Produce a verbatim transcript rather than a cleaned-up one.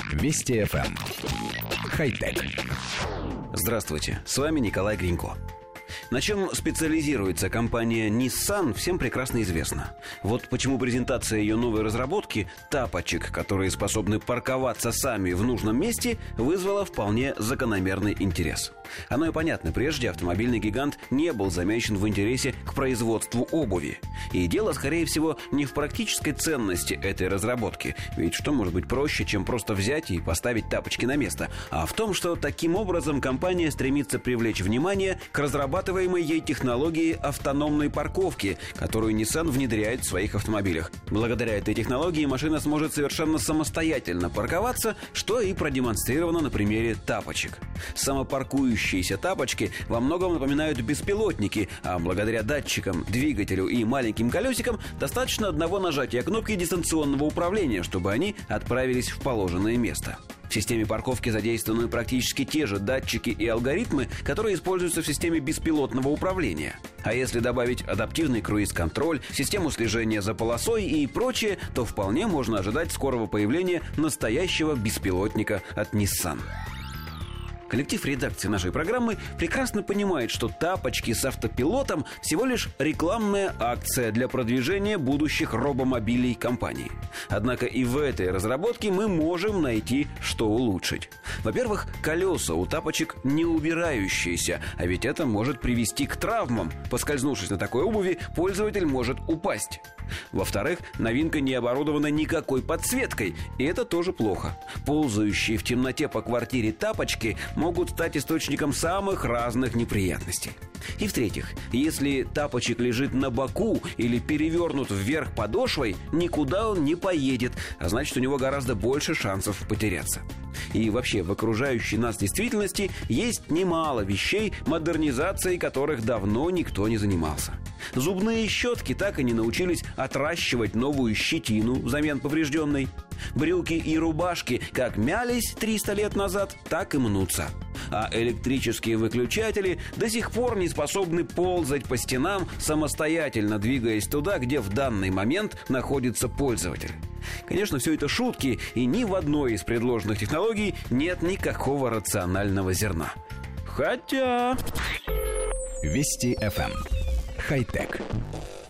Вести эф эм. Хай-тек. Здравствуйте, с вами Николай Гринько. На чем специализируется компания Nissan, всем прекрасно известно. Вот почему презентация ее новой разработки тапочек, которые способны парковаться сами в нужном месте, вызвала вполне закономерный интерес. Оно и понятно, прежде автомобильный гигант не был замечен в интересе к производству обуви. И дело, скорее всего, не в практической ценности этой разработки, ведь что может быть проще, чем просто взять и поставить тапочки на место, а в том, что таким образом компания стремится привлечь внимание к разрабатываемой ей технологии автономной парковки, которую Nissan внедряет в своих автомобилях. Благодаря этой технологии машина сможет совершенно самостоятельно парковаться, что и продемонстрировано на примере тапочек. Самопаркующиеся тапочки во многом напоминают беспилотники, а благодаря датчикам, двигателю и маленьким колесикам достаточно одного нажатия кнопки дистанционного управления, чтобы они отправились в положенное место. В системе парковки задействованы практически те же датчики и алгоритмы, которые используются в системе беспилотного управления. А если добавить адаптивный круиз-контроль, систему слежения за полосой и прочее, то вполне можно ожидать скорого появления настоящего беспилотника от Nissan. Коллектив редакции нашей программы прекрасно понимает, что тапочки с автопилотом всего лишь рекламная акция для продвижения будущих робомобилей компании. Однако и в этой разработке мы можем найти, что улучшить. Во-первых, колеса у тапочек не убирающиеся, а ведь это может привести к травмам. Поскользнувшись на такой обуви, пользователь может упасть. Во-вторых, новинка не оборудована никакой подсветкой, и это тоже плохо. Ползающие в темноте по квартире тапочки могут стать источником самых разных неприятностей. И в-третьих, если тапочек лежит на боку или перевернут вверх подошвой, никуда он не поедет, а значит, у него гораздо больше шансов потеряться. И вообще, в окружающей нас действительности есть немало вещей, модернизацией которых давно никто не занимался. Зубные щетки так и не научились отращивать новую щетину взамен поврежденной. Брюки и рубашки как мялись триста лет назад, так и мнутся. А электрические выключатели до сих пор не способны ползать по стенам, самостоятельно двигаясь туда, где в данный момент находится пользователь. Конечно, все это шутки, и ни в одной из предложенных технологий нет никакого рационального зерна. Хотя... Вести эф эм. Хай-тек.